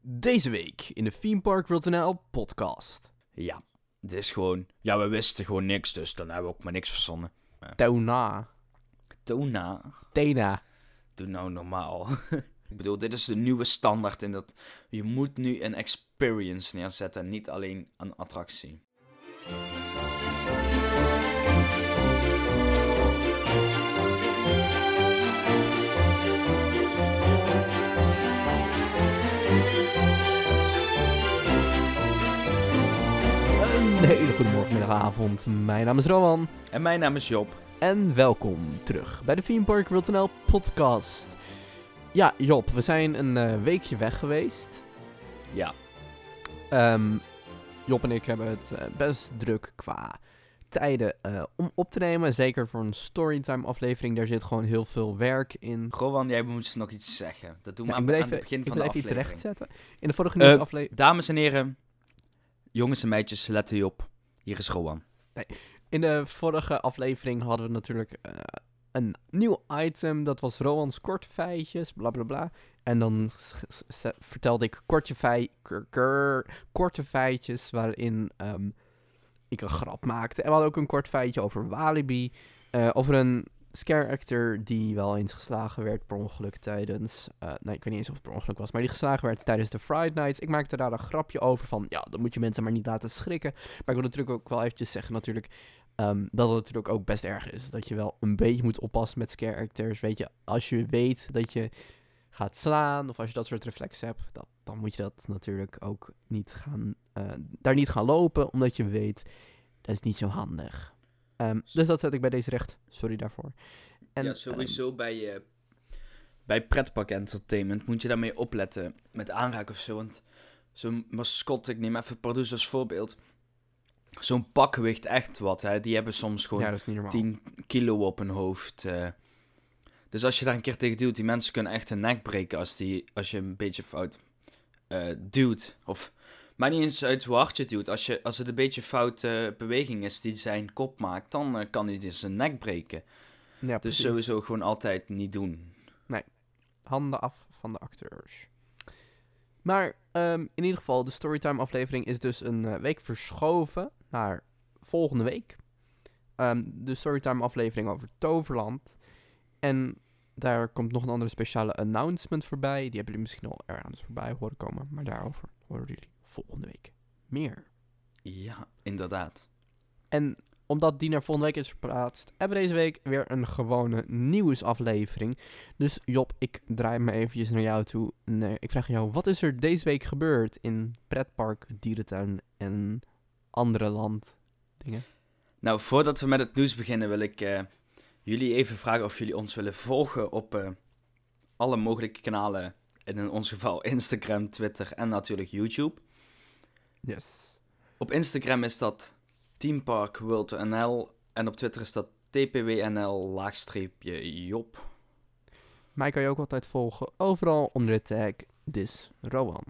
Deze week in de Theme Park World podcast. Ja, dit is gewoon... Ja, we wisten gewoon niks, dus dan hebben we ook maar niks verzonnen. Tona. Tena. Doe nou normaal. Ik bedoel, dit is de nieuwe standaard in dat... Je moet nu een experience neerzetten en niet alleen een attractie. Een hele goede morgen, middag, avond. Mijn naam is Rowan. En mijn naam is Job. En welkom terug bij de Theme Park World podcast. Ja, Job, we zijn een weekje weg geweest. Ja. Job en ik hebben het best druk qua tijden om op te nemen. Zeker voor een storytime aflevering. Daar zit gewoon heel veel werk in. Rowan, jij moet nog iets zeggen. Dat doen we Ja, aan het begin van de ik wil even aflevering. iets rechtzetten. In de vorige nieuwsaflevering... Dames en heren, jongens en meisjes, let u op. Hier is Rowan. In de vorige aflevering hadden we natuurlijk een nieuw item. Dat was Rowan's korte feitjes, bla bla bla. En dan vertelde ik korte feitjes waarin ik een grap maakte. En we hadden ook een kort feitje over Walibi. Over een scare actor die wel eens geslagen werd per ongeluk tijdens... nee, ik weet niet eens of het per ongeluk was, maar die geslagen werd tijdens de Friday Nights. Ik maakte daar een grapje over van, ja, dan moet je mensen maar niet laten schrikken. Maar ik wil natuurlijk ook wel eventjes zeggen natuurlijk... dat het natuurlijk ook best erg is. Dat je wel een beetje moet oppassen met scare actors. Weet je, als je weet dat je gaat slaan of als je dat soort reflexen hebt, dan moet je dat natuurlijk ook niet gaan, daar niet gaan lopen, omdat je weet, dat is niet zo handig. Dus dat zet ik bij deze recht. Sorry daarvoor. En, ja, sowieso bij pretpark entertainment moet je daarmee opletten met aanraken of zo. Want zo'n mascotte, ik neem even Pardoes als voorbeeld. Zo'n pak weegt echt wat, hè. Die hebben soms gewoon ja, dat is niet normaal. 10 kilo op hun hoofd. Dus als je daar een keer tegen duwt, die mensen kunnen echt een nek breken als je een beetje fout duwt. Of, maar niet eens uit hoe hard je duwt. Als het een beetje fout beweging is die zijn kop maakt, dan kan hij dus zijn nek breken. Ja, dus precies. sowieso gewoon altijd niet doen. Handen af van de acteurs. Maar in ieder geval, de Storytime aflevering is dus een week verschoven naar volgende week. De Storytime aflevering over Toverland. En daar komt nog een andere speciale announcement voorbij. Die hebben jullie misschien al ergens voorbij horen komen. Maar daarover horen jullie volgende week meer. Ja, inderdaad. En omdat die naar volgende week is verplaatst, hebben we deze week weer een gewone nieuwsaflevering. Dus Job, ik draai me eventjes naar jou toe. Nee, ik vraag jou, wat is er deze week gebeurd in pretpark, dierentuin en andere landdingen? Nou, voordat we met het nieuws beginnen wil ik jullie even vragen of jullie ons willen volgen op alle mogelijke kanalen. En in ons geval Instagram, Twitter en natuurlijk YouTube. Yes. Op Instagram is dat Theme Park World NL en op Twitter is dat tpwnl_Job. Mij kan je ook altijd volgen, overal onder de tag ThisRowan.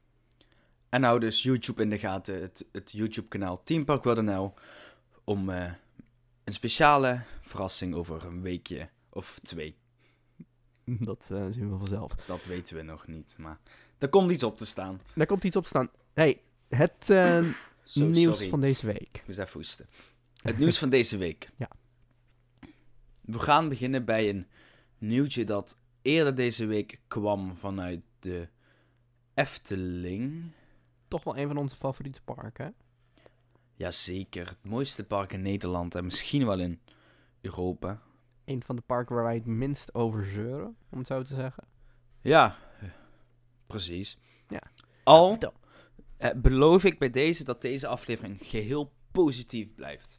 En hou dus YouTube in de gaten, het YouTube kanaal Theme Park World NL, om een speciale verrassing over een weekje of 2. Dat zien we vanzelf. Dat weten we nog niet, maar er komt iets op te staan. Daar komt iets op staan. Hey, het nieuws van deze week. Ik moest even hoesten. Het nieuws van deze week. Ja. We gaan beginnen bij een nieuwtje dat eerder deze week kwam vanuit de Efteling. Toch wel een van onze favoriete parken, hè? Jazeker, het mooiste park in Nederland en misschien wel in Europa. Een van de parken waar wij het minst over zeuren, om het zo te zeggen. Ja, precies. Ja. Al Vertel. beloof ik bij deze dat deze aflevering geheel positief blijft.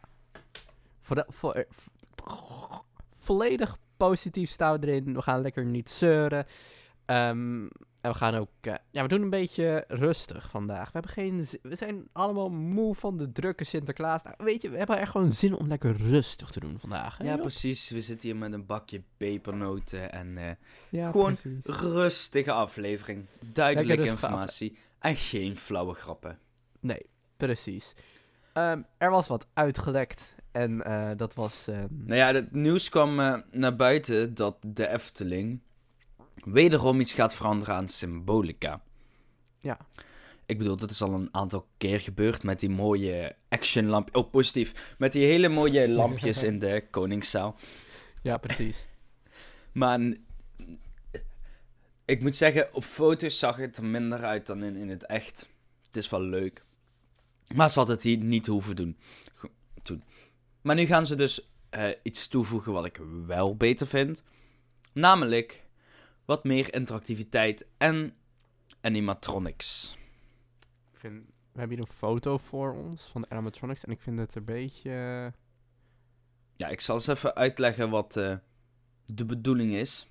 Volledig positief staan we erin. We gaan lekker niet zeuren. En we gaan ook... we doen een beetje rustig vandaag. We zijn allemaal moe van de drukke Sinterklaas. Nou, weet je, we hebben echt gewoon zin om lekker rustig te doen vandaag. Hè, Ja, Job? precies. We zitten hier met een bakje pepernoten en Ja, gewoon precies. rustige aflevering. Duidelijke Lekker rustige informatie en geen flauwe grappen. Nee, precies. Er was wat uitgelekt. En dat was... Nou ja, het nieuws kwam naar buiten dat de Efteling wederom iets gaat veranderen aan symbolica. Ja. Ik bedoel, dat is al een aantal keer gebeurd met die mooie actionlampjes. Oh, positief. Met die hele mooie lampjes in de Koningszaal. Ja, precies. Maar ik moet zeggen, op foto's zag het er minder uit dan in het echt. Het is wel leuk. Maar ze hadden het hier niet hoeven doen. Maar nu gaan ze dus iets toevoegen wat ik wel beter vind. Namelijk wat meer interactiviteit en animatronics. We hebben hier een foto voor ons van de animatronics. En ik vind het een beetje... Ja, ik zal eens even uitleggen wat de bedoeling is.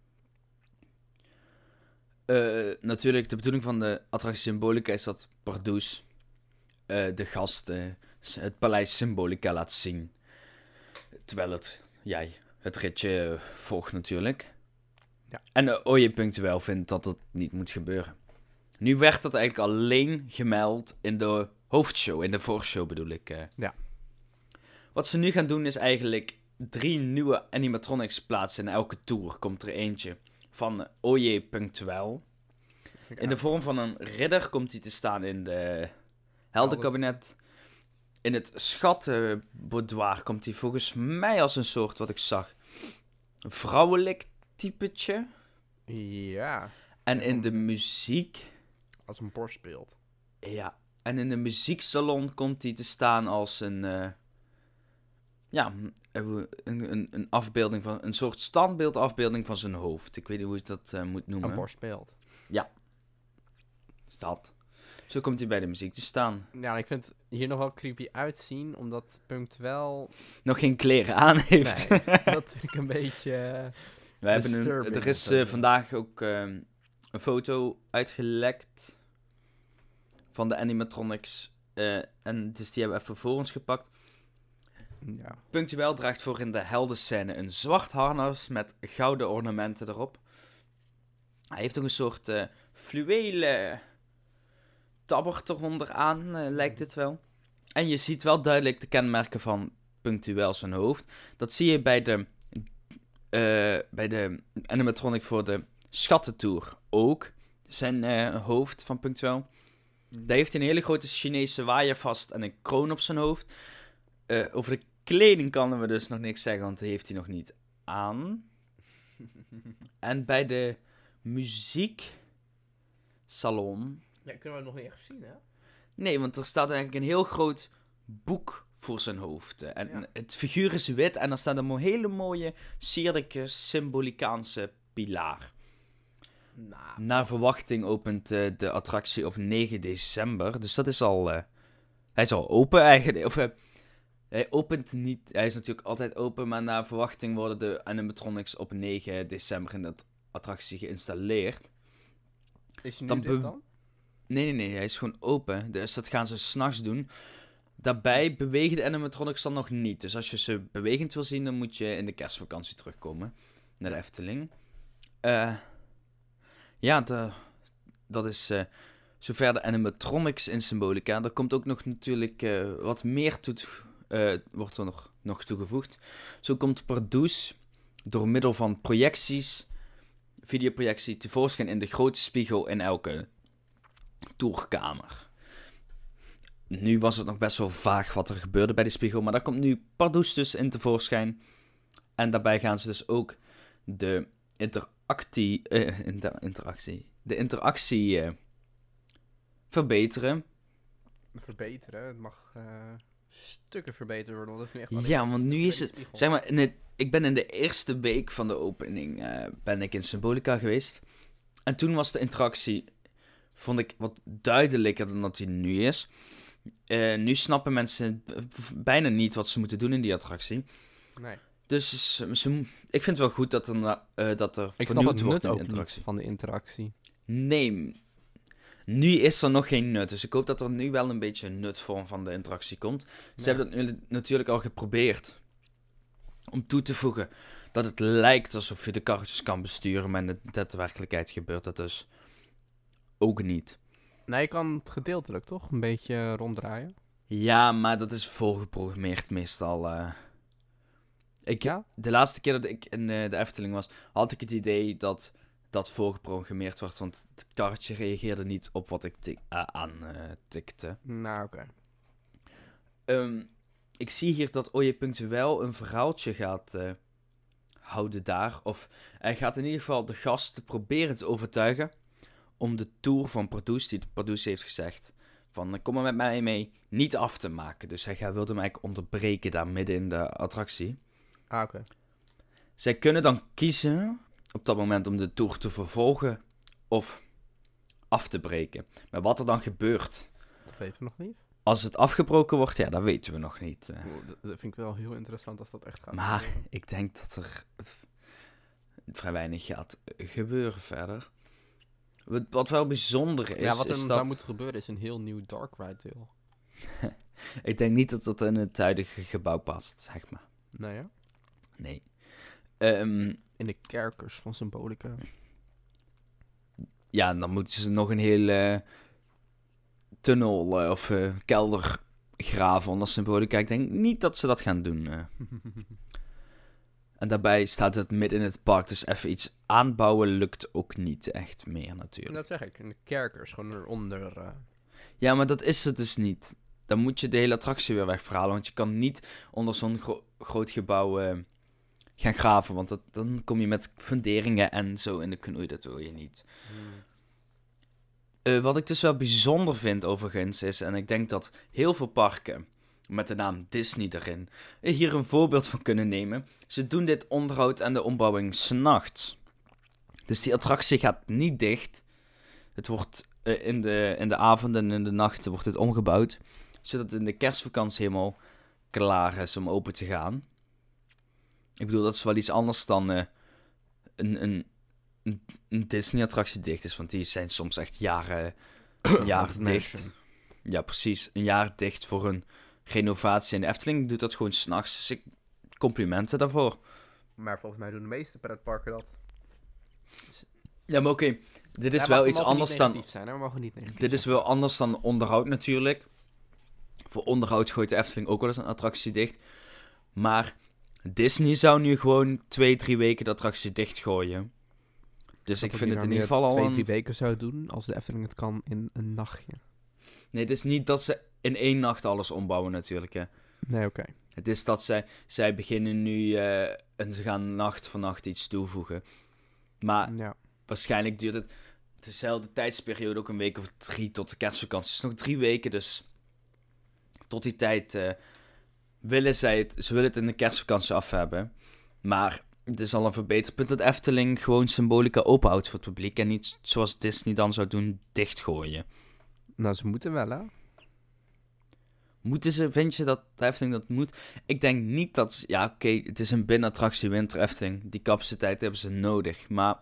Natuurlijk, de bedoeling van de attractie Symbolica is dat Pardoes de gasten het paleis Symbolica laat zien. Terwijl het ritje volgt natuurlijk. Ja. En Oye Punctueel vindt dat het niet moet gebeuren. Nu werd dat eigenlijk alleen gemeld in de hoofdshow, in de voorshow bedoel ik. Ja. Wat ze nu gaan doen is eigenlijk 3 nieuwe animatronics plaatsen. In elke tour komt er eentje van Oye Punctueel. In de vorm van een ridder komt hij te staan in de heldenkabinet. In het schattenboudoir komt hij volgens mij als een soort, wat ik zag, een vrouwelijk typetje. Ja. En in de muziek... Als een borstbeeld. Ja, en in de muzieksalon komt hij te staan als een afbeelding van... Een soort standbeeldafbeelding van zijn hoofd. Ik weet niet hoe je dat moet noemen. Een borstbeeld. Ja. Dat. Zo komt hij bij de muziek te staan. Ja, ik vind het hier nog wel creepy uitzien, omdat Punctueel... Nog geen kleren aan heeft. Nee, dat vind ik een beetje... Er is vandaag ook een foto uitgelekt van de animatronics. En dus die hebben we even voor ons gepakt. Ja. Punctueel draagt voor in de heldenscène een zwart harnas met gouden ornamenten erop. Hij heeft ook een soort fluwelen tabbert eronder aan, lijkt het wel. En je ziet wel duidelijk de kenmerken van Punctueel zijn hoofd. Dat zie je bij de animatronic voor de Schattentour ook. Zijn hoofd van Punctueel. Daar heeft hij een hele grote Chinese waaier vast en een kroon op zijn hoofd. Over de kleding kunnen we dus nog niks zeggen, want die heeft hij nog niet aan. En bij de muzieksalon... Ja, kunnen we het nog niet echt zien, hè? Nee, want er staat eigenlijk een heel groot boek voor zijn hoofd. En Ja. het figuur is wit en er staat een hele mooie, sierlijke, symbolicaanse pilaar. Nou, Naar verwachting opent de attractie op 9 december. Dus dat is al... hij is al open eigenlijk. Of hij opent niet... Hij is natuurlijk altijd open, maar naar verwachting worden de animatronics op 9 december in de attractie geïnstalleerd. is je nu Dan dit dan? Nee, hij is gewoon open. Dus dat gaan ze 's nachts doen. Daarbij bewegen de animatronics dan nog niet. Dus als je ze bewegend wil zien, dan moet je in de kerstvakantie terugkomen. Naar de Efteling. Dat is zover de animatronics in Symbolica. Er komt ook nog natuurlijk wat meer wordt er nog toegevoegd. Zo komt Pardoes door middel van videoprojectie, tevoorschijn in de grote spiegel in elke tourkamer. Nu was het nog best wel vaag wat er gebeurde bij de spiegel, maar daar komt nu Pardoes dus in tevoorschijn. En daarbij gaan ze dus ook de interactie verbeteren. Verbeteren? Het mag stukken verbeterd worden, want dat is nu echt alleen Ja, want nu stukken is bij het... de spiegel. Zeg maar, ik ben in de eerste week van de opening ben ik in Symbolica geweest. En toen was de interactie, vond ik, wat duidelijker dan dat die nu is. Nu snappen mensen bijna niet wat ze moeten doen in die attractie. Nee. Dus ik vind het wel goed dat er Ik snap vernieuwd het wordt nut in de ook interactie. niet van de interactie. Nee, nu is er nog geen nut. Dus ik hoop dat er nu wel een beetje een nutvorm van de interactie komt. Ze hebben dat nu natuurlijk al geprobeerd om toe te voegen dat het lijkt alsof je de karretjes kan besturen, maar in de werkelijkheid gebeurt dat dus ook niet. Nee, je kan het gedeeltelijk toch een beetje ronddraaien. Ja, maar dat is voorgeprogrammeerd meestal. Ja? De laatste keer dat ik in de Efteling was, had ik het idee dat dat voorgeprogrammeerd wordt, want het karretje reageerde niet op wat ik tikte. Nou, oké. Ik zie hier dat Oje.wel een verhaaltje gaat houden daar. Of hij gaat in ieder geval de gasten proberen te overtuigen om de tour van Pardoes, die Pardoes heeft gezegd, van kom maar met mij mee, niet af te maken. Dus hij wilde hem eigenlijk onderbreken daar midden in de attractie. Ah, oké. Zij kunnen dan kiezen op dat moment om de tour te vervolgen of af te breken. Maar wat er dan gebeurt Dat weten we nog niet. als het afgebroken wordt, ja, dat weten we nog niet. Dat vind ik wel heel interessant als dat echt gaat Maar gebeuren. ik denk dat er vrij weinig gaat gebeuren verder. Wat wel bijzonder is, Ja, wat er is dan dat... zou moeten gebeuren is een heel nieuw Dark Ride deel. Ik denk niet dat dat in het huidige gebouw past, zeg maar. Nou ja. Nee. In de kerkers van Symbolica. Ja, dan moeten ze nog een hele tunnel of kelder graven onder Symbolica. Ik denk niet dat ze dat gaan doen. En daarbij staat het midden in het park, dus even iets aanbouwen lukt ook niet echt meer natuurlijk. Dat zeg ik, in de kerkers, gewoon eronder. Ja, maar dat is het dus niet. Dan moet je de hele attractie weer wegverhalen, want je kan niet onder zo'n groot gebouw gaan graven, want dan kom je met funderingen en zo in de knoei, dat wil je niet. Wat ik dus wel bijzonder vind overigens is, en ik denk dat heel veel parken met de naam Disney erin hier een voorbeeld van kunnen nemen. Ze doen dit onderhoud en de ombouwing 's nachts. Dus die attractie gaat niet dicht. Het wordt in de avonden en in de nachten wordt het omgebouwd, zodat het in de kerstvakantie helemaal klaar is om open te gaan. Ik bedoel, dat is wel iets anders dan een Disney-attractie dicht is, want die zijn soms echt jaren dicht. Ja, precies. Een jaar dicht voor een renovatie. En de Efteling doet dat gewoon 's nachts. Dus complimenten daarvoor. Maar volgens mij doen de meeste pretparken dat. Ja, maar oké. Dit is wel iets anders dan... Zijn, hè? We mogen niet negatief Dit is wel anders dan onderhoud natuurlijk. Voor onderhoud gooit de Efteling ook wel eens een attractie dicht. Maar Disney zou nu gewoon 2-3 weken de attractie dichtgooien. Dus ik vind het in ieder geval al 2-3 weken zou doen, als de Efteling het kan in een nachtje. Nee, het is niet dat ze in 1 nacht alles ombouwen natuurlijk, hè. Nee, oké. Het is dat zij beginnen nu en ze gaan nacht voor nacht iets toevoegen. Maar Ja. waarschijnlijk duurt het dezelfde tijdsperiode, ook een week of 3 tot de kerstvakantie. Het is nog 3 weken, dus tot die tijd willen ze willen het in de kerstvakantie af hebben. Maar het is al een verbeterpunt dat Efteling gewoon Symbolica openhoudt voor het publiek en niet zoals Disney dan zou doen, dichtgooien. Nou, ze moeten wel, hè? Moeten ze, vind je dat de Efteling dat moet? Ik denk niet dat... Ja, oké, het is een binnenattractie Winter Efteling. Die capaciteit hebben ze nodig. Maar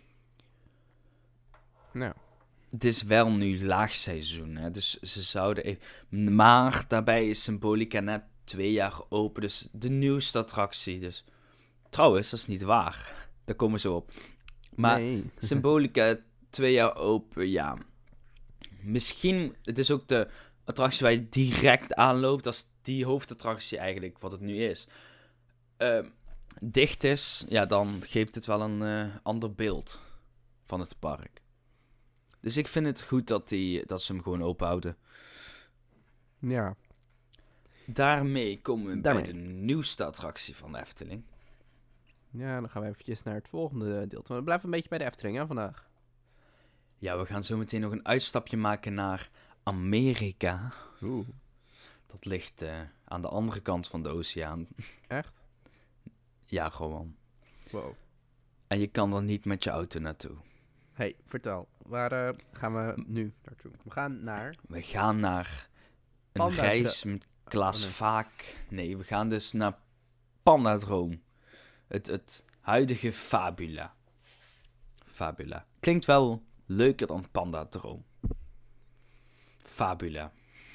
Nou. het is wel nu laagseizoen. Hè? Dus ze zouden even... Maar daarbij is Symbolica net 2 jaar open. Dus de nieuwste attractie. Dus trouwens, dat is niet waar. Daar komen ze op. Maar Nee. Symbolica 2 jaar open, ja. Misschien... Het is ook de attractie waar je direct aanloopt, dat is die hoofdattractie eigenlijk, wat het nu is. Dicht is, ja, dan geeft het wel een ander beeld van het park. Dus ik vind het goed dat ze hem gewoon open houden. Ja. Daarmee komen we bij de nieuwste attractie van de Efteling. Ja, dan gaan we eventjes naar het volgende deel. We blijven een beetje bij de Efteling, hè, vandaag. Ja, we gaan zo meteen nog een uitstapje maken naar Amerika. Oeh. Dat ligt aan de andere kant van de oceaan. Echt? Ja, gewoon. Wow. En je kan er niet met je auto naartoe. Hey, vertel. Waar gaan we nu naartoe? We gaan naar... We gaan naar een Panda reis met Klaas nee. Vaak. Nee, we gaan dus naar Pandadroom. Het huidige Fabula. Fabula. Klinkt wel leuker dan Pandadroom. Fabula.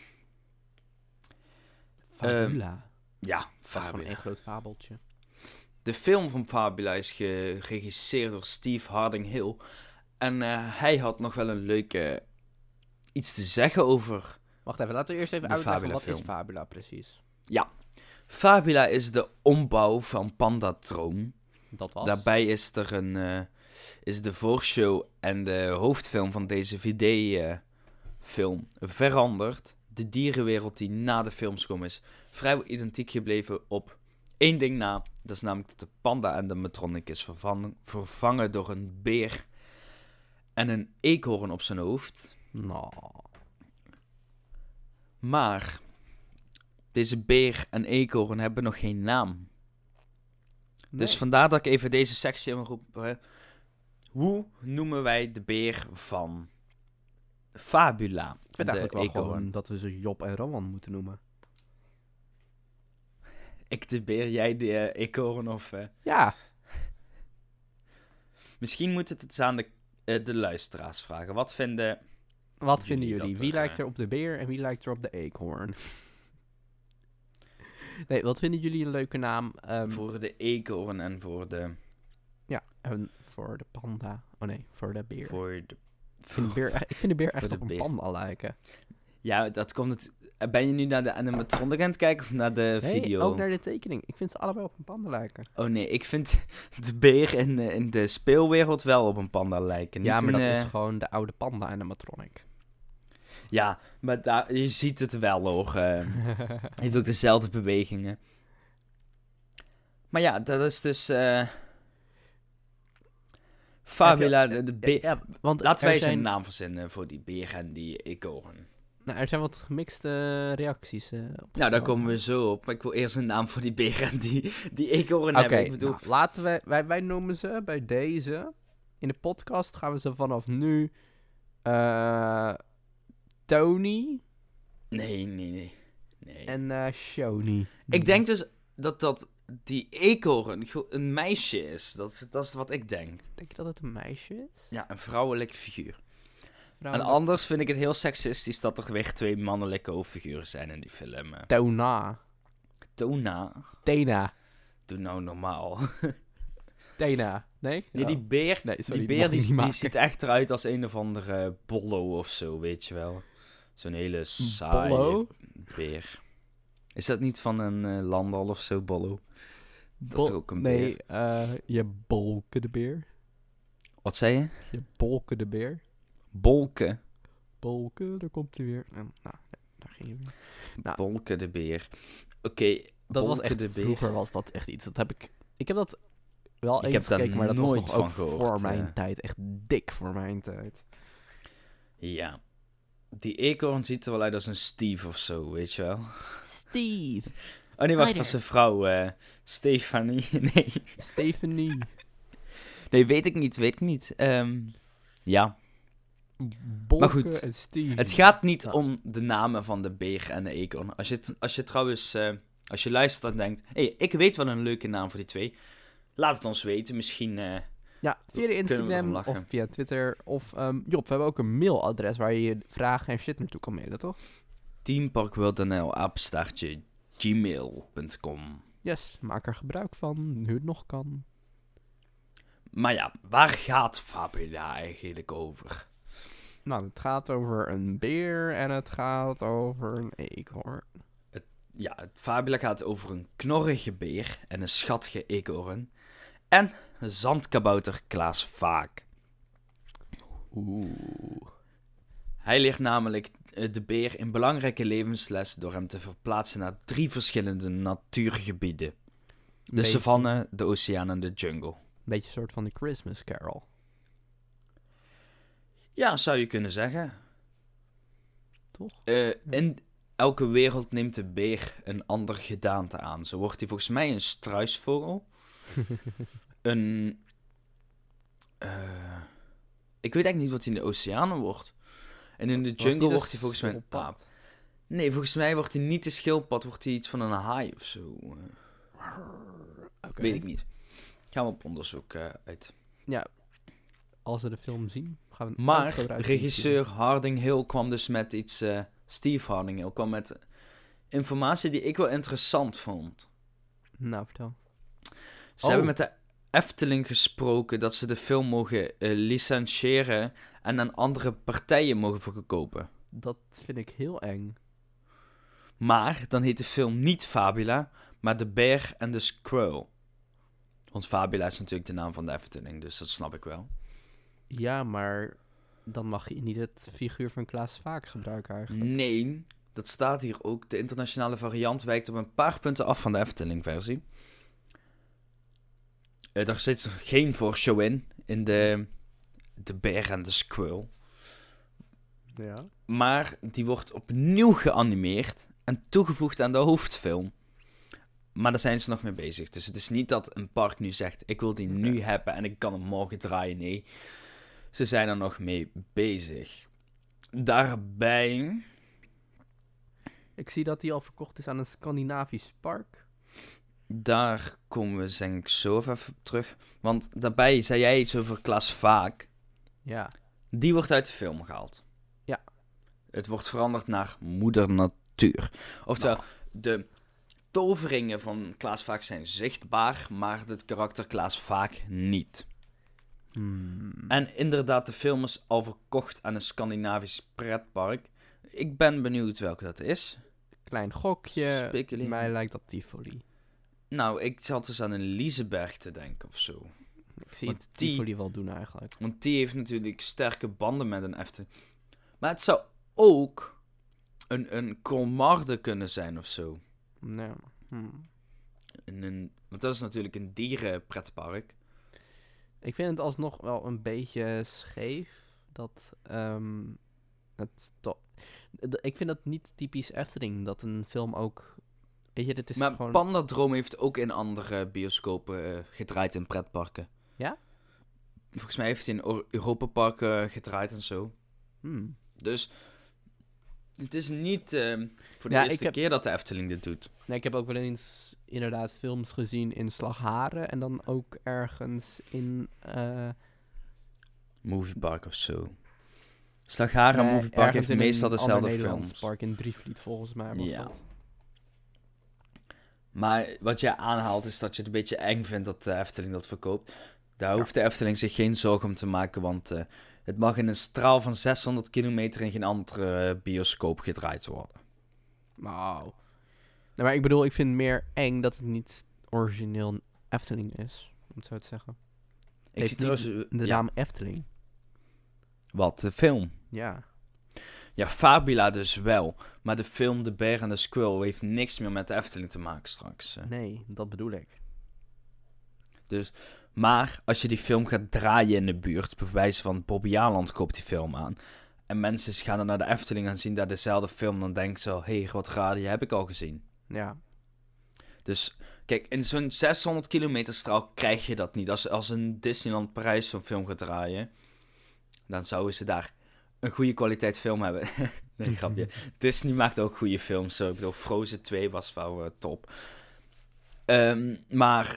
Fabula. Ja, Dat is gewoon Fabula. één groot fabeltje. De film van Fabula is geregisseerd door Steve Harding Hill. En hij had nog wel een leuke iets te zeggen over... Wacht even, laten we eerst even De uitleggen wat Fabula-film. is Fabula precies. Ja, Fabula is de ombouw van Pandadroom. Dat was? Daarbij is er een is de voorshow en de hoofdfilm van deze VD-film veranderd. De dierenwereld die na de filmscom is vrijwel identiek gebleven op één ding na. Dat is namelijk dat de panda en de matronic is vervangen door een beer en een eekhoorn op zijn hoofd. Nou. Maar deze beer en eekhoorn hebben nog geen naam. Nee. Dus vandaar dat ik even deze sectie wil roepen. Hoe noemen wij de beer van Fabula? Ik vind eigenlijk wel eekhoorn. gewoon dat we ze Job en Rowan moeten noemen. Ik de beer, jij de eekhoorn of... Ja. Misschien moet het eens aan de luisteraars vragen. Wat vinden Vinden jullie? dat Wie er, lijkt er op de beer en wie lijkt er op de eekhoorn? Nee, wat vinden jullie een leuke naam? voor de eekhoorn en voor de... Ja, en voor de panda. Oh nee, voor de beer. Voor de... Ik vind de beer echt de op een beer. panda lijken. Ja, dat komt het... Ben je nu naar de animatronic aan het kijken of naar de Nee, video? ook naar de tekening. Ik vind ze allebei op een panda lijken. Oh nee, ik vind de beer in de speelwereld wel op een panda lijken. Ja, Niet maar in, dat is gewoon de oude panda en de matronic. Ja, maar je ziet het wel hoor. Heeft ook dezelfde bewegingen. Maar ja, dat is dus... Fabula, de beer... Ja, want Laten wij eens zijn, een naam verzinnen voor die beer en die eekhoorn. Nou, er zijn wat gemixte reacties. Nou, daar komen we zo op. Maar ik wil eerst een naam voor die beer en die eekhoorn Oké, hebben. Ik bedoel... nou, laten wij noemen ze bij deze. In de podcast gaan we ze vanaf nu... Tony Nee. en Shoni. Ik denk dus dat die eekhoorn een meisje is. Dat is wat ik denk. Denk je dat het een meisje is? Ja, een vrouwelijk figuur. Vrouw- En anders vind ik het heel seksistisch dat er weer 2 mannelijke hoofdfiguren zijn in die film. Tona. Tena, Tena. doe nou normaal. Tena. Nee? Nee, die beer, Nee, sorry, die dat beer mag ik die, niet die maken. ziet echt eruit als een of andere bollo of zo, weet je wel. Zo'n hele saaie Bollo? beer. Is dat niet van een landal of zo, bollo? Dat is toch ook een Nee, beer? je bolke de beer. Wat zei je? Je bolke de beer. Bolke. Bolke, daar komt hij weer. Nou, daar ging je weer. Nou. Bolke de beer. Oké, Dat was Bolke echt, de beer. vroeger was dat echt iets. Ik heb dat wel Ik eens heb daar gekeken, maar dat was nooit nog ook van gehoord, voor mijn tijd. Echt dik voor mijn tijd. Ja. Die eekhoorn ziet er wel uit als een Steve of zo, weet je wel. Steve. Oh nee, wacht, Hi het was there. een vrouw. Stefanie. Nee. Stephanie. Nee, weet ik niet. Ja. Bolke goed, en Steve. Het gaat niet Ja. om de namen van de beer en de eekhoorn. Als je trouwens, als je luistert en denkt, hé, ik weet wel een leuke naam voor die 2. Laat het ons weten, misschien... Ja, via de Kunnen we Instagram erom lachen. of via Twitter. Of Job, we hebben ook een mailadres waar je vragen en shit naartoe kan mailen, toch? teamparkworld.nl @gmail.com. Yes, maak er gebruik van, nu het nog kan. Maar ja, waar gaat Fabula eigenlijk over? Nou, het gaat over een beer en het gaat over een eekhoorn. Ja, Fabula gaat over een knorrige beer en een schattige eekhoorn. En zandkabouter Klaas Vaak. Oeh. Hij leert namelijk de beer een belangrijke levensles door hem te verplaatsen naar 3 verschillende natuurgebieden. De savanne, de oceaan en de jungle. Beetje een soort van de Christmas Carol. Ja, zou je kunnen zeggen. Toch? In elke wereld neemt de beer een ander gedaante aan. Zo wordt hij volgens mij een struisvogel. Ik weet eigenlijk niet wat hij in de oceanen wordt. En in de jungle wordt hij volgens mij een aap. Nee, volgens mij wordt hij niet de schildpad, wordt hij iets van een haai of zo. Oké. Weet ik niet. Gaan we op onderzoek uit. Ja, als we de film zien, gaan we Maar uitgebreid regisseur Harding Hill kwam dus met iets... Steve Harding Hill kwam met informatie die ik wel interessant vond. Nou, vertel. Ze hebben met de Efteling gesproken dat ze de film mogen licentiëren en aan andere partijen mogen verkopen. Dat vind ik heel eng. Maar dan heet de film niet Fabula, maar De Bear en de Squirrel. Want Fabula is natuurlijk de naam van de Efteling, dus dat snap ik wel. Ja, maar dan mag je niet het figuur van Klaas Vaak gebruiken eigenlijk. Nee, dat staat hier ook. De internationale variant wijkt op een paar punten af van de Efteling-versie. Daar zit geen voorshow in de bear en de squirrel. Ja. Maar die wordt opnieuw geanimeerd en toegevoegd aan de hoofdfilm. Maar daar zijn ze nog mee bezig. Dus het is niet dat een park nu zegt, ik wil die nu hebben en ik kan hem morgen draaien. Nee, ze zijn er nog mee bezig. Daarbij... Ik zie dat die al verkocht is aan een Scandinavisch park. Daar komen we denk ik zo even op terug. Want daarbij zei jij iets over Klaas Vaak. Ja. Die wordt uit de film gehaald. Ja. Het wordt veranderd naar Moeder Natuur. Oftewel, de toveringen van Klaas Vaak zijn zichtbaar, maar het karakter Klaas Vaak niet. En inderdaad, de film is al verkocht aan een Scandinavisch pretpark. Ik ben benieuwd welke dat is. Klein gokje. Speculeer. Mij lijkt dat Tivoli. Nou, ik zat dus aan een Liseberg te denken of zo. Ik zie Want het Tivoli wel doen eigenlijk. Want die heeft natuurlijk sterke banden met een Efteling. Maar het zou ook een Colmarde kunnen zijn of zo. Nee. Want dat is natuurlijk een dierenpretpark. Ik vind het alsnog wel een beetje scheef. Dat ik vind dat niet typisch Efteling. Dat een film ook... Weet je, dit is Maar gewoon... Pandadroom heeft ook in andere bioscopen gedraaid in pretparken. Ja? Volgens mij heeft hij in Europaparken gedraaid en zo. Dus het is niet voor de eerste keer dat de Efteling dit doet. Nee, ik heb ook wel eens inderdaad films gezien in Slagharen. En dan ook ergens in... Moviepark of zo. Slagharen Moviepark heeft meestal dezelfde films. Park in Drievliet volgens mij was dat. Maar wat jij aanhaalt is dat je het een beetje eng vindt dat de Efteling dat verkoopt. Daar hoeft de Efteling zich geen zorgen om te maken, want het mag in een straal van 600 kilometer in geen andere bioscoop gedraaid worden. Nou. Nee, maar ik bedoel, ik vind het meer eng dat het niet origineel Efteling is, om het zo te zeggen. Ik zie trouwens de naam Efteling. Wat, de film? Ja. Ja, Fabula dus wel. Maar de film De Bear en de Squirrel heeft niks meer met de Efteling te maken straks. Nee, dat bedoel ik. Dus, maar als je die film gaat draaien in de buurt, bij wijze van Bobby Aland koopt die film aan. En mensen gaan dan naar de Efteling en zien daar dezelfde film. Dan denken ze al, hé, wat raar, die heb ik al gezien. Ja. Dus, kijk, in zo'n 600 kilometer straal krijg je dat niet. Als een Disneyland Parijs zo'n film gaat draaien, dan zouden ze daar een goede kwaliteit film hebben. Nee, grapje. Disney maakt ook goede films. Zo. Ik bedoel, Frozen 2 was wel top. Maar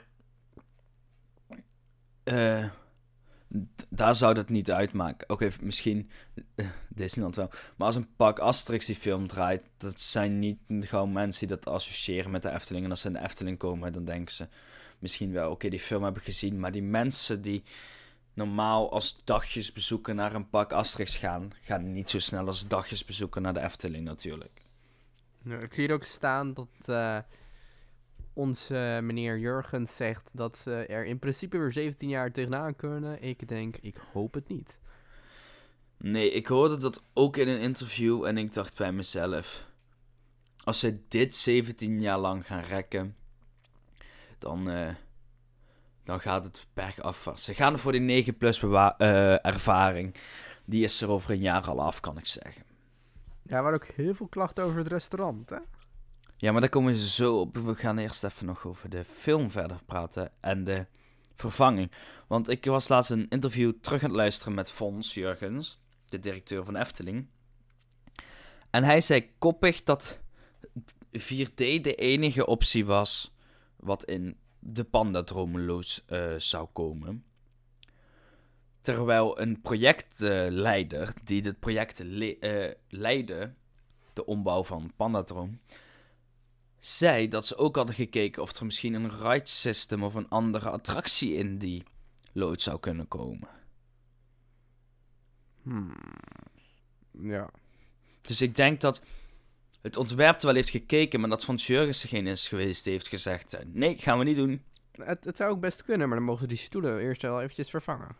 daar zou dat niet uitmaken. Oké, misschien Disneyland wel. Maar als een park Asterix die film draait, dat zijn niet gauw mensen die dat associëren met de Efteling. En als ze in de Efteling komen, dan denken ze misschien wel, oké, die film heb ik gezien. Maar die mensen die normaal als dagjesbezoeker naar een park Asterix gaan niet zo snel als dagjesbezoeker naar de Efteling natuurlijk. Nou, ik zie hier ook staan dat onze meneer Jurgens zegt dat ze er in principe weer 17 jaar tegenaan kunnen. Ik denk, ik hoop het niet. Nee, ik hoorde dat ook in een interview en ik dacht bij mezelf, als ze dit 17 jaar lang gaan rekken, dan gaat het bergafwaarts. Ze gaan voor die 9+ ervaring. Die is er over een jaar al af, kan ik zeggen. Ja, er waren ook heel veel klachten over het restaurant, hè? Ja, maar daar komen ze zo op. We gaan eerst even nog over de film verder praten en de vervanging. Want ik was laatst een interview terug aan het luisteren met Fons Jurgens, de directeur van Efteling. En hij zei koppig dat 4D de enige optie was wat in de Pandadroomloods zou komen. Terwijl een projectleider die dit project leidde, de ombouw van Pandadroom, zei dat ze ook hadden gekeken of er misschien een ride system of een andere attractie in die loods zou kunnen komen. Ja. Dus ik denk dat het ontwerp wel heeft gekeken, maar dat Van Jurgens degene is geweest die heeft gezegd, nee, gaan we niet doen. Het zou ook best kunnen, maar dan mogen die stoelen eerst wel eventjes vervangen.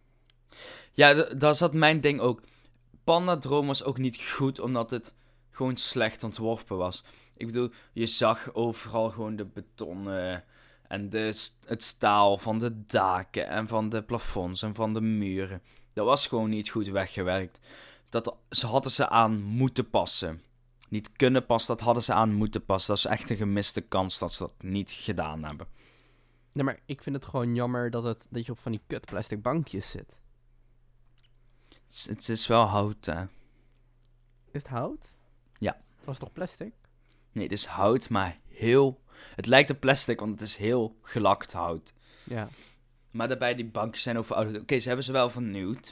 Ja, daar zat mijn ding ook. Pandadroom was ook niet goed, omdat het gewoon slecht ontworpen was. Ik bedoel, je zag overal gewoon de betonnen en het staal van de daken en van de plafonds en van de muren. Dat was gewoon niet goed weggewerkt. Ze hadden ze aan moeten passen. Niet kunnen passen, dat hadden ze aan moeten passen. Dat is echt een gemiste kans dat ze dat niet gedaan hebben. Nee, maar ik vind het gewoon jammer dat je op van die kut plastic bankjes zit. Het is wel hout, hè. Is het hout? Ja. Het was toch plastic? Nee, het is hout, maar heel... Het lijkt op plastic, want het is heel gelakt hout. Ja. Maar daarbij, die bankjes zijn overouderd. Oké, ze hebben ze wel vernieuwd.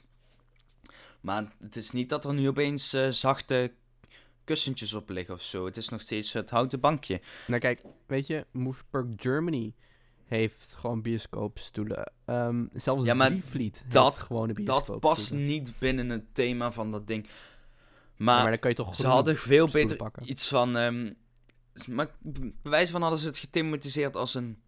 Maar het is niet dat er nu opeens zachte kussentjes op liggen of zo. Het is nog steeds het houten bankje. Nou kijk, weet je, Movie Park Germany heeft gewoon bioscoopstoelen. Zelfs Ja, maar Drievliet heeft dat- gewoon een bioscoopstoelen. Dat past niet binnen het thema van dat ding. Ja, Maar, maar dan kan je toch ze hadden veel stoelen beter pakken. iets van... maar bij wijze van hadden ze het gethematiseerd als een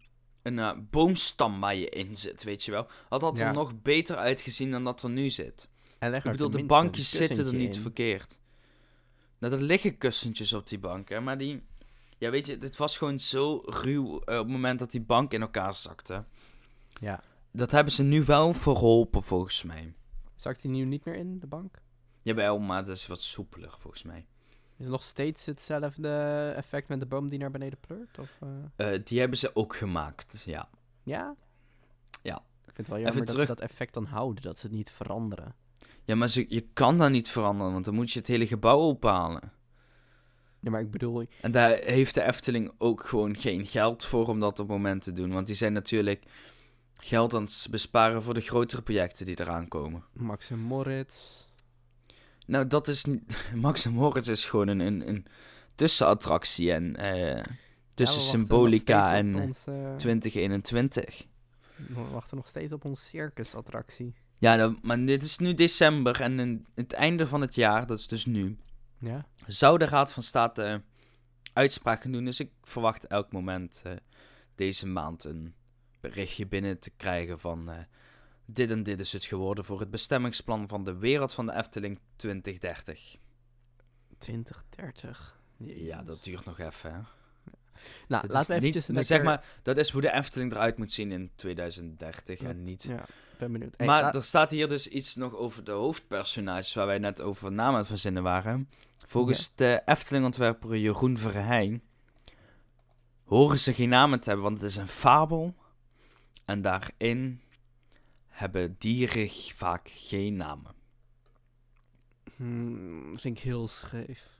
boomstam waar je in zit, weet je wel. Had Ja. er nog beter uitgezien dan dat er nu zit. En leg Ik er bedoel, de tenminste een bankjes zitten er kussentje niet in. verkeerd. Nou, er liggen kussentjes op die bank, hè, maar die... Ja, weet je, dit was gewoon zo ruw op het moment dat die bank in elkaar zakte. Ja. Dat hebben ze nu wel verholpen, volgens mij. Zakt die nu niet meer in, de bank? Jawel, maar dat is wat soepeler, volgens mij. Is het nog steeds hetzelfde effect met de boom die naar beneden pleurt? Of, Die hebben ze ook gemaakt, ja. Ja? Ja. Ik vind het wel jammer dat terug- ze dat effect dan houden, dat ze het niet veranderen. Ja, maar je kan dat niet veranderen, want dan moet je het hele gebouw ophalen. Ja, maar ik bedoel, En daar heeft de Efteling ook gewoon geen geld voor om dat op het moment te doen. Want die zijn natuurlijk geld aan het besparen voor de grotere projecten die eraan komen. Max en Moritz. Nou, dat is niet... Max en Moritz is gewoon een tussenattractie en tussen Ja, we wachten symbolica nog en steeds op ons, 2021. we wachten nog steeds op ons circusattractie. Ja, maar dit is nu december en in het einde van het jaar, dat is dus nu, Ja? zou de Raad van State uitspraak gaan doen. Dus ik verwacht elk moment deze maand een berichtje binnen te krijgen van... dit en dit is het geworden voor het bestemmingsplan van de wereld van de Efteling 2030. 2030. Jezus. Ja, dat duurt nog even, hè. Nou, Dat laten is we eventjes... niet, zeg maar, dat is hoe de Efteling eruit moet zien in 2030 en niet... Ja, ben benieuwd. Hey, Maar er staat hier dus iets nog over de hoofdpersonages waar wij net over na aan het verzinnen waren. Volgens de Efteling-ontwerper Jeroen Verheyen horen ze geen namen te hebben, want het is een fabel. En daarin hebben dieren vaak geen namen. Vind ik heel scheef.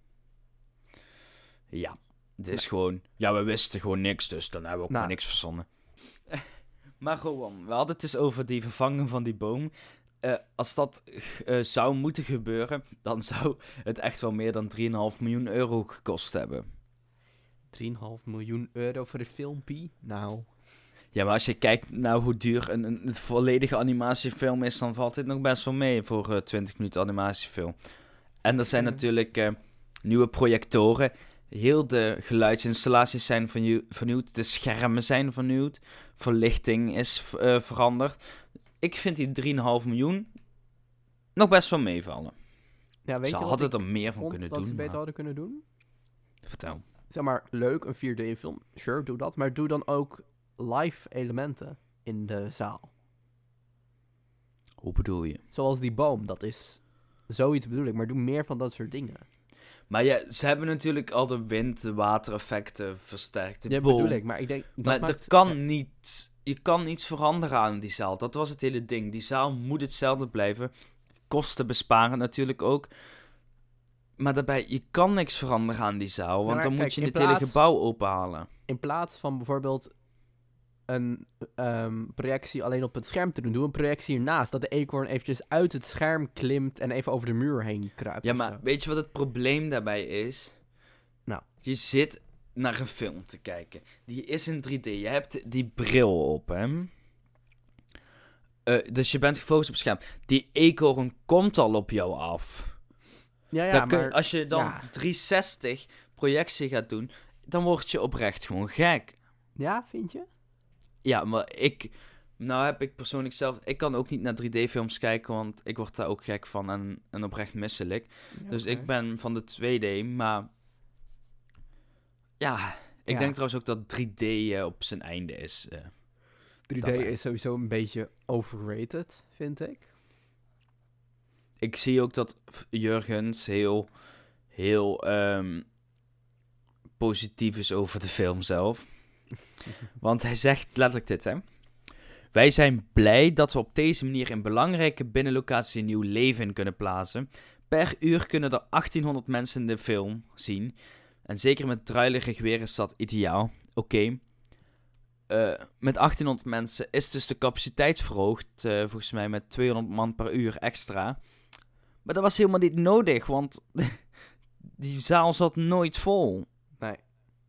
Ja, het is gewoon... Ja, we wisten gewoon niks, dus dan hebben we ook Nou. maar niks verzonnen. Maar gewoon, we hadden het dus over die vervanging van die boom. Als dat zou moeten gebeuren, dan zou het echt wel meer dan 3,5 miljoen euro gekost hebben. 3,5 miljoen euro voor de filmpie? Nou... Ja, maar als je kijkt naar hoe duur een volledige animatiefilm is, dan valt dit nog best wel mee voor 20 minuten animatiefilm. En er zijn natuurlijk nieuwe projectoren. Heel de geluidsinstallaties zijn vernieuwd. De schermen zijn vernieuwd. Verlichting is veranderd. Ik vind die 3,5 miljoen nog best wel meevallen. Ja, weet Ze je wat hadden ik er meer van vond kunnen dat doen. ze beter maar- hadden kunnen doen? Vertel. Zeg maar, leuk, een 4D-film. Sure, doe dat. Maar doe dan ook live elementen in de zaal. Hoe bedoel je? Zoals die boom, dat is... Zoiets bedoel ik, maar doe meer van dat soort dingen. Maar ja, ze hebben natuurlijk al de wind, de watereffecten versterkt. De Ja, boom. bedoel ik, maar ik denk... Dat Maar maakt- er kan niet... Je kan niets veranderen aan die zaal. Dat was het hele ding. Die zaal moet hetzelfde blijven. Kosten besparen natuurlijk ook. Maar daarbij, je kan niks veranderen aan die zaal. Want maar dan kijk, moet je in het hele plaats- gebouw openhalen. In plaats van bijvoorbeeld een projectie alleen op het scherm te doen, doe een projectie ernaast. Dat de eekhoorn eventjes uit het scherm klimt en even over de muur heen kruipt. Ja, of maar zo. weet je wat het probleem daarbij is? Nou. Je zit naar een film te kijken. Die is in 3D. Je hebt die bril op, hè? Dus je bent gefocust op het scherm. Die eekhoorn komt al op jou af. Ja, Dan maar... als je dan ja. 360 projectie gaat doen, dan word je oprecht gewoon gek. Ja, vind je? Ja, maar nou heb ik persoonlijk zelf... Ik kan ook niet naar 3D-films kijken, want ik word daar ook gek van en oprecht misselijk. Ja, Dus oké. ik ben van de 2D, maar... Ja, ik Ja. denk trouwens ook dat 3D op zijn einde is. 3D daarbij. is sowieso een beetje overrated, vind ik. Ik zie ook dat Jurgens heel positief is over de film zelf. Want hij zegt letterlijk dit, hè. Wij zijn blij dat we op deze manier een belangrijke binnenlocatie een nieuw leven in kunnen plaatsen. Per uur kunnen er 1800 mensen in de film zien. En zeker met druilige geweren is dat ideaal. Oké. Met 1800 mensen is dus de capaciteit verhoogd. Volgens mij met 200 man per uur extra. Maar dat was helemaal niet nodig, want die zaal zat nooit vol. Nee.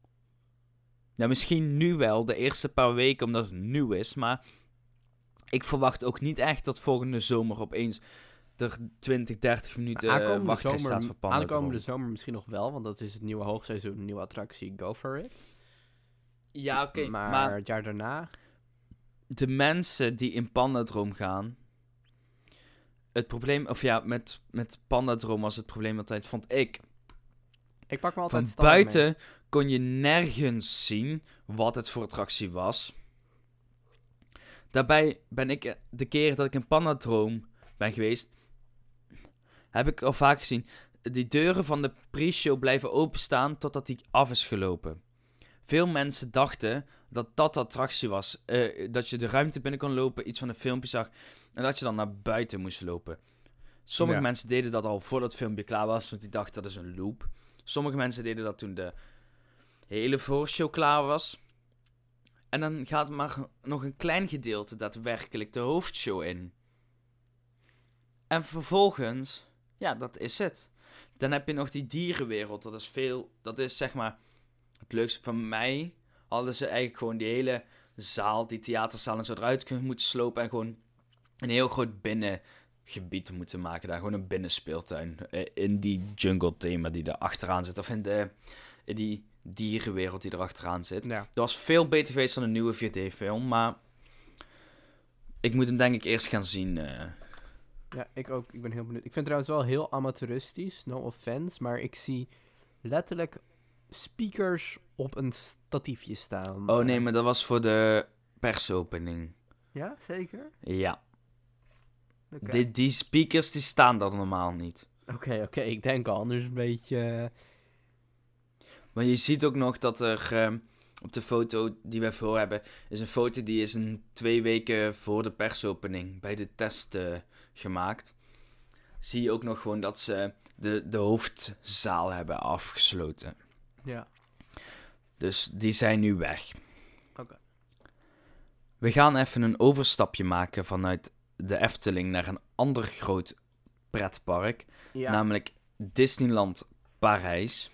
Ja, misschien nu wel, de eerste paar weken, omdat het nieuw is. Maar ik verwacht ook niet echt dat volgende zomer opeens er 20, 30 minuten wachtrij staat voor Pandadroom. Aankomende zomer misschien nog wel, want dat is het nieuwe hoogseizoen, nieuwe attractie, go for it. Ja, oké, maar het jaar daarna... De mensen die in Pandadroom gaan... Het probleem, of ja, met Pandadroom was het probleem altijd, vond ik... Ik pak me altijd Van standaard mee. buiten kon je nergens zien wat het voor attractie was. Daarbij ben ik de keer dat ik in Pandadroom ben geweest, heb ik al vaak gezien, die deuren van de pre-show blijven openstaan totdat die af is gelopen. Veel mensen dachten dat dat de attractie was. Dat je de ruimte binnen kon lopen, iets van een filmpje zag en dat je dan naar buiten moest lopen. Sommige mensen deden dat al voordat het filmpje klaar was, want die dachten dat is een loop. Sommige mensen deden dat toen de hele voorshow klaar was. En dan gaat maar nog een klein gedeelte daadwerkelijk de hoofdshow in. En vervolgens, ja, dat is het. Dan heb je nog die dierenwereld. Dat is zeg maar het leukste. Van mij hadden ze eigenlijk gewoon die hele zaal, die theaterzaal en zo eruit moeten slopen. En gewoon een heel groot binnengebied moeten maken. Daar gewoon een binnenspeeltuin. In die jungle thema die er achteraan zit. Of in die dierenwereld die er achteraan zit. Ja. Dat was veel beter geweest dan een nieuwe 4D-film. Maar ik moet hem denk ik eerst gaan zien. Ja, ik ook. Ik ben heel benieuwd. Ik vind het trouwens wel heel amateuristisch, no offense, maar ik zie letterlijk speakers op een statiefje staan. Oh nee, maar dat was voor de persopening. Ja, zeker? Ja. Oké. Die speakers die staan daar normaal niet. Oké, ik denk al, anders een beetje... Maar je ziet ook nog dat er op de foto die wij voor hebben, is een foto die is 2 weken voor de persopening bij de test gemaakt. Zie je ook nog gewoon dat ze de hoofdzaal hebben afgesloten. Ja. Dus die zijn nu weg. Oké. We gaan even een overstapje maken vanuit de Efteling naar een ander groot pretpark. Ja. Namelijk Disneyland Parijs.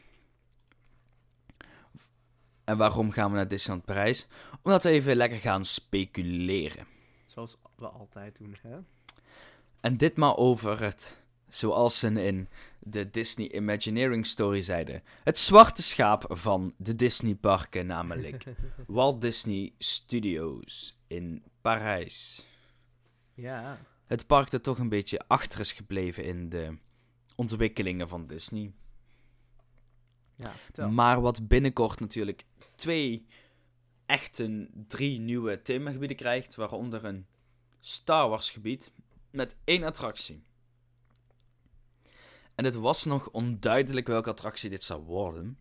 En waarom gaan we naar Disneyland Parijs? Omdat we even lekker gaan speculeren. Zoals we altijd doen, hè? En ditmaal over het, zoals ze in de Disney Imagineering Story zeiden, het zwarte schaap van de Disneyparken, namelijk Walt Disney Studios in Parijs. Ja. Het park dat toch een beetje achter is gebleven in de ontwikkelingen van Disney. Ja, vertel. Maar wat binnenkort natuurlijk 3 nieuwe themagebieden krijgt, waaronder een Star Wars gebied met 1 attractie. En het was nog onduidelijk welke attractie dit zou worden.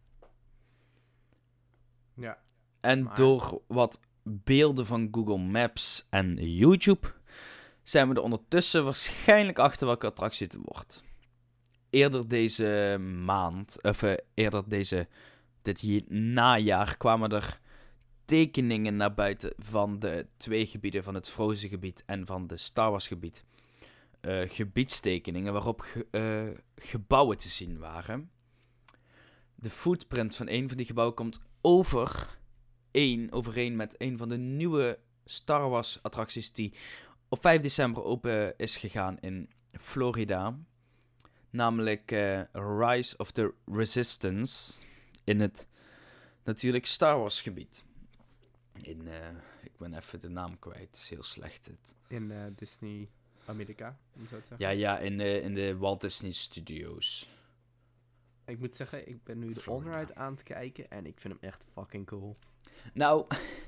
Ja. En Maar- door wat beelden van Google Maps en YouTube zijn we er ondertussen waarschijnlijk achter welke attractie het wordt. Eerder deze maand, of dit najaar, kwamen er tekeningen naar buiten van de 2 gebieden, van het Frozen gebied en van de Star Wars gebied. Gebiedstekeningen waarop gebouwen te zien waren. De footprint van een van die gebouwen komt overeen met een van de nieuwe Star Wars attracties die op 5 december open is gegaan in Florida. Namelijk Rise of the Resistance in het natuurlijk Star Wars gebied. Ik ben even de naam kwijt. Het is heel slecht. In Disney Amerika, om zo te zeggen. Ja, in de Walt Disney Studios. Ik moet zeggen, ik ben nu de Florida. on-ride aan het kijken en ik vind hem echt fucking cool. Nou,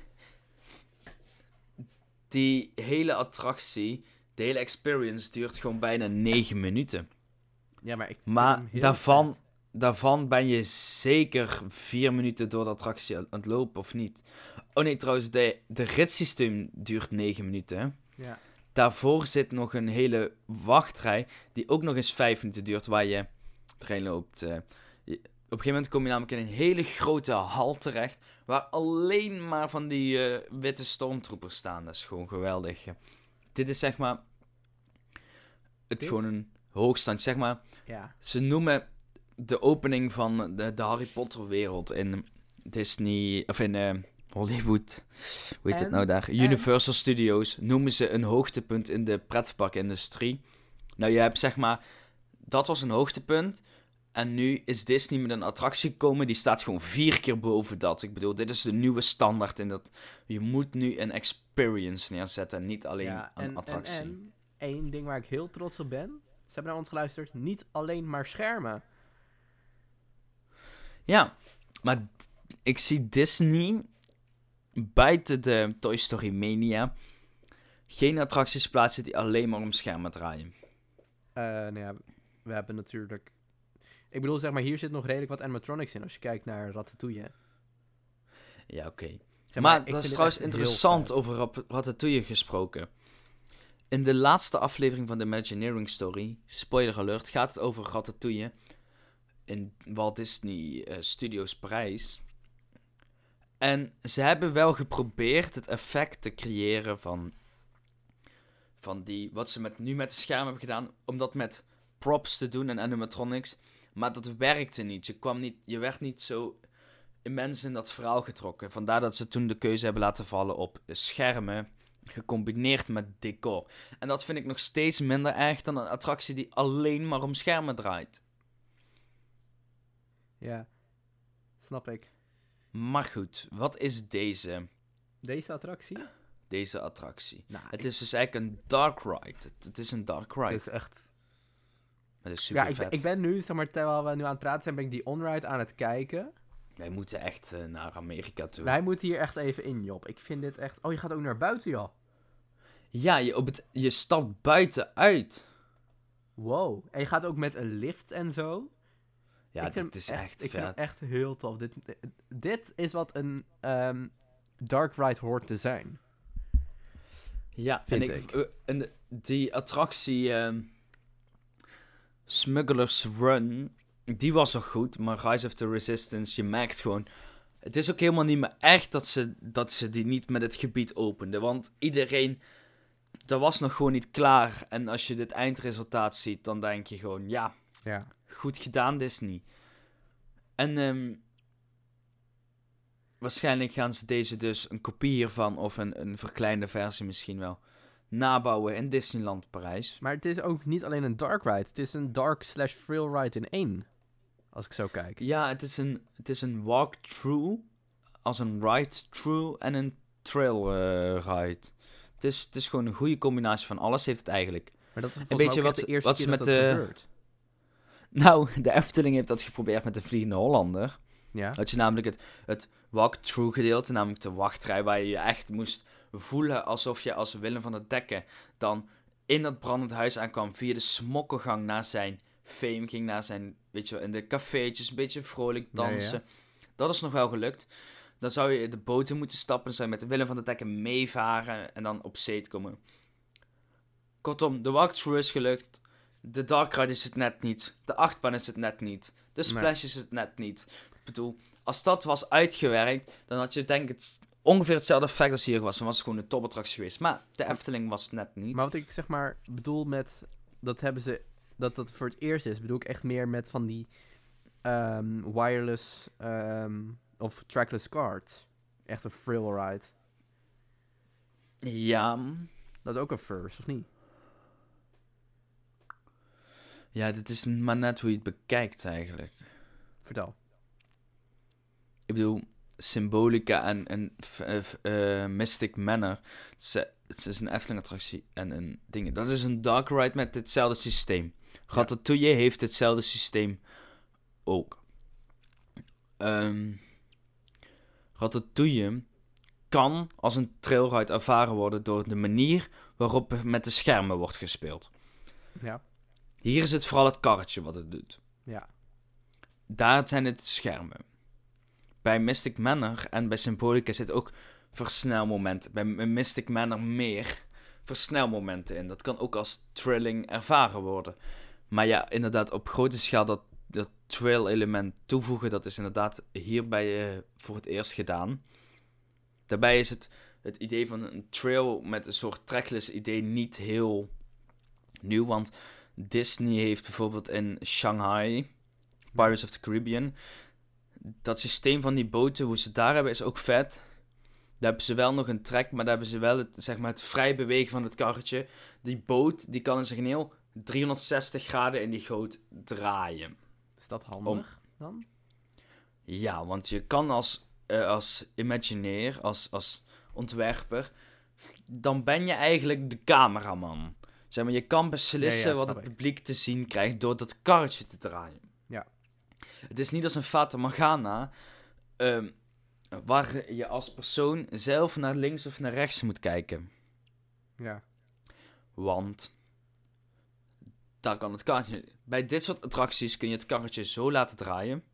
die hele attractie, de hele experience duurt gewoon bijna 9 minuten. Ja, maar ik vind Maar hem heel vet. daarvan ben je zeker 4 minuten door de attractie aan het lopen, of niet? Oh nee, trouwens, de ritssysteem duurt 9 minuten. Hè? Ja. Daarvoor zit nog een hele wachtrij, die ook nog eens 5 minuten duurt, waar je erheen loopt. Op een gegeven moment kom je namelijk in een hele grote hal terecht, waar alleen maar van die witte stormtroopers staan. Dat is gewoon geweldig. Dit is zeg maar Dit? gewoon een hoogstand. Zeg maar, Ja. ze noemen de opening van de Harry Potter wereld in Disney, of in Hollywood. Hoe heet het nou daar? Universal Studios noemen ze een hoogtepunt in de pretparkindustrie. Nou, je hebt zeg maar, dat was een hoogtepunt. En nu is Disney met een attractie gekomen, die staat gewoon 4 keer boven dat. Ik bedoel, dit is de nieuwe standaard in dat. Je moet nu een experience neerzetten en niet alleen een attractie. En één ding waar ik heel trots op ben, ze hebben naar ons geluisterd, niet alleen maar schermen. Ja, maar ik zie Disney buiten de Toy Story Mania geen attracties plaatsen die alleen maar om schermen draaien. Nou ja, we hebben natuurlijk... Ik bedoel, zeg maar, hier zit nog redelijk wat animatronics in als je kijkt naar Ratatouille. Ja, oké. Zeg Maar ik dat vind is dit trouwens echt heel interessant vet. over Ratatouille gesproken. In de laatste aflevering van de Imagineering Story, spoiler alert, gaat het over Ratatouille in Walt Disney Studios Parijs. En ze hebben wel geprobeerd het effect te creëren van die, wat ze nu met de schermen hebben gedaan, om dat met props te doen en animatronics. Maar dat werkte niet. Je werd niet zo immens in dat verhaal getrokken. Vandaar dat ze toen de keuze hebben laten vallen op schermen, gecombineerd met decor. En dat vind ik nog steeds minder erg dan een attractie die alleen maar om schermen draait. Ja, snap ik. Maar goed, wat is deze Deze attractie? Nou, Het is dus eigenlijk een dark ride. Het is een dark ride. Het is echt... Het is super Ja, vet. ik ben nu, zeg maar, terwijl we nu aan het praten zijn, ben ik die on-ride aan het kijken. Wij moeten echt naar Amerika toe. Wij moeten hier echt even in, Job. Ik vind dit echt... Oh, je gaat ook naar buiten, joh. Ja, je stapt buiten uit. Wow. En je gaat ook met een lift en zo. Ja, Ik vind dit is hem echt Ik vind hem vet. echt heel tof. Dit is wat een dark ride hoort te zijn. Ja, Vind en ik. Die attractie Smuggler's Run, die was nog goed, maar Rise of the Resistance, je merkt gewoon... Het is ook helemaal niet meer echt dat ze die niet met het gebied openden, want iedereen... Dat was nog gewoon niet klaar. En als je dit eindresultaat ziet, dan denk je gewoon, ja, Ja. goed gedaan Disney. En waarschijnlijk gaan ze deze dus een kopie hiervan, of een verkleinde versie misschien wel, nabouwen in Disneyland Parijs. Maar het is ook niet alleen een dark ride. Het is een dark/thrill ride in één. Als ik zo kijk. Ja, het is een walk-through, als een ride-through en een trail-ride. Het is gewoon een goede combinatie van alles, heeft het eigenlijk. Maar dat is Een volgens beetje mij ook echt de eerste wat keer ze dat met dat de... gebeurt. Nou, de Efteling heeft dat geprobeerd met de Vliegende Hollander. Ja. Had je namelijk het walk-through gedeelte, namelijk de wachtrij, waar je je echt moest voelen alsof je als Willem van der Dekken dan in dat brandend huis aankwam, via de smokkelgang naar zijn fame ging, naar zijn, weet je wel, in de cafeetjes, een beetje vrolijk dansen. Ja. Dat is nog wel gelukt. Dan zou je de boten moeten stappen, dan zou je met Willem van der Dekken meevaren en dan op zee te komen. Kortom, de walkthrough is gelukt. De dark ride is het net niet. De achtbaan is het net niet. De splash is het net niet. Ik bedoel, als dat was uitgewerkt, dan had je denk ik ongeveer hetzelfde effect als hier was. Dan was het gewoon een topattractie geweest. Maar de Efteling was het net niet. Maar wat ik zeg maar bedoel met... Dat voor het eerst is, bedoel ik echt meer met van die wireless of trackless cards. Echt een thrill ride. Ja. Dat is ook een first, of niet? Ja, dit is maar net hoe je het bekijkt eigenlijk. Vertel. Ik bedoel, Symbolica en Mystic Manor. Het is een Efteling-attractie en een ding. Dat is een dark ride met hetzelfde systeem. Ratatouille heeft hetzelfde systeem ook. Ratatouille kan als een trailride ervaren worden door de manier waarop er met de schermen wordt gespeeld. Ja. Hier is het vooral het karretje wat het doet. Ja. Daar zijn het schermen. Bij Mystic Manor en bij Symbolica zit ook versnelmomenten. Bij Mystic Manor meer versnelmomenten in. Dat kan ook als trilling ervaren worden. Maar ja, inderdaad, op grote schaal dat trail-element toevoegen, dat is inderdaad hierbij voor het eerst gedaan. Daarbij is het idee van een trail met een soort trackless idee niet heel nieuw, want Disney heeft bijvoorbeeld in Shanghai, Pirates of the Caribbean, dat systeem van die boten, hoe ze het daar hebben, is ook vet. Daar hebben ze wel nog een track, maar daar hebben ze wel het vrij bewegen van het karretje. Die boot, die kan in zijn geheel 360 graden in die goot draaien. Is dat handig dan? Ja, want je kan als Imagineer, als ontwerper, dan ben je eigenlijk de cameraman. Zeg maar, je kan beslissen wat het publiek te zien krijgt door dat karretje te draaien. Ja. Het is niet als een Fata Morgana, waar je als persoon zelf naar links of naar rechts moet kijken. Ja. Want daar kan het karretje. Bij dit soort attracties kun je het karretje zo laten draaien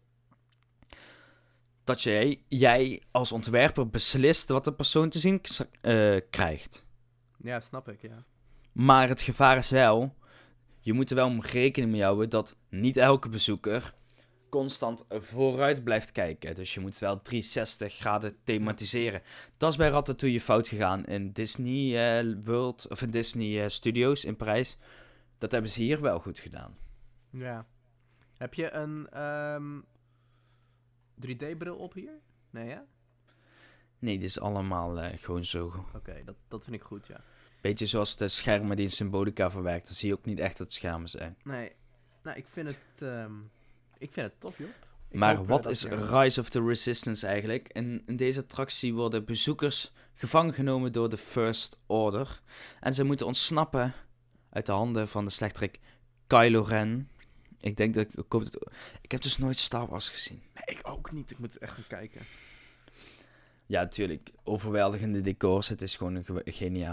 dat jij als ontwerper beslist wat de persoon te zien krijgt. Ja, snap ik, ja. Maar het gevaar is wel, je moet er wel om rekening mee houden dat niet elke bezoeker constant vooruit blijft kijken. Dus je moet wel 360 graden thematiseren. Dat is bij Ratatouille fout gegaan in Disney World, of in Disney Studios in Parijs. Dat hebben ze hier wel goed gedaan. Ja. Heb je een 3D-bril op hier? Nee, hè? Nee, dit is allemaal gewoon zo. Oké, dat vind ik goed, ja. Beetje zoals de schermen die in Symbolica verwerkt. Dan zie je ook niet echt dat het schermen zijn. Nee, nou, ik vind het tof, joh. Maar wat is Rise of the Resistance eigenlijk? In deze attractie worden bezoekers gevangen genomen door de First Order. En ze moeten ontsnappen uit de handen van de slechterik Kylo Ren. Ik denk dat ik heb dus nooit Star Wars gezien. Nee, ik ook niet. Ik moet echt gaan kijken. Ja, natuurlijk. Overweldigende decors. Het is gewoon een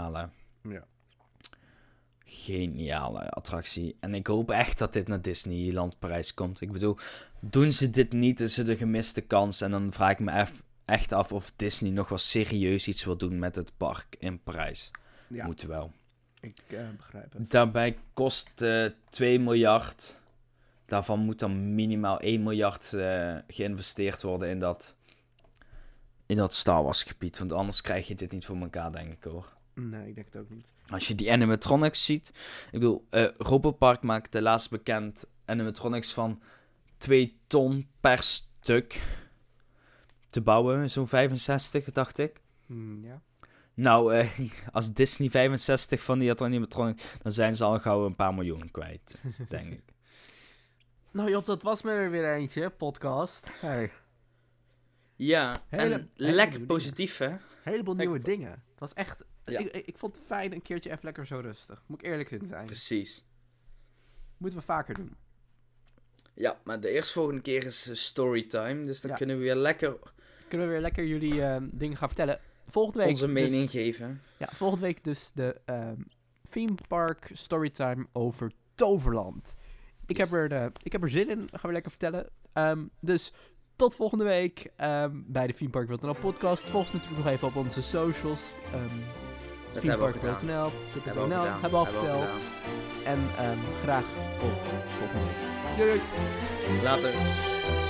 geniale attractie. En ik hoop echt dat dit naar Disneyland Parijs komt. Ik bedoel, doen ze dit niet, is het de gemiste kans. En dan vraag ik me echt af of Disney nog wel serieus iets wil doen met het park in Parijs. Ja. Moet wel. Ik begrijp het. Daarbij kost 2 miljard. Daarvan moet dan minimaal 1 miljard geïnvesteerd worden in dat Star Wars gebied. Want anders krijg je dit niet voor elkaar, denk ik, hoor. Nee, ik denk het ook niet. Als je die animatronics ziet. Ik bedoel, Robopark maakte laatst bekend animatronics van 2 ton per stuk te bouwen. Zo'n 65, dacht ik. Ja. Nou, als Disney 65 van die animatronics, dan zijn ze al gauw een paar miljoen kwijt, denk ik. Nou Job, dat was me er weer eentje, podcast. Hey. Ja, en lekker positief, hè? Heleboel nieuwe dingen. Het was echt... Ja. Ik vond het fijn een keertje even lekker zo rustig. Moet ik eerlijk in zijn. Precies. Moeten we vaker doen. Ja, maar de eerstvolgende keer is storytime. Dus dan kunnen we weer lekker jullie dingen gaan vertellen. Volgende week onze mening geven. Ja, volgende week dus de theme park storytime over Toverland. Ik heb er zin in. Gaan we lekker vertellen. Dus tot volgende week bij de Theme Park WNL podcast. Volg ons natuurlijk nog even op onze socials. Themepark.nl. Hebben we al verteld. En graag tot volgende week. Doei. Later.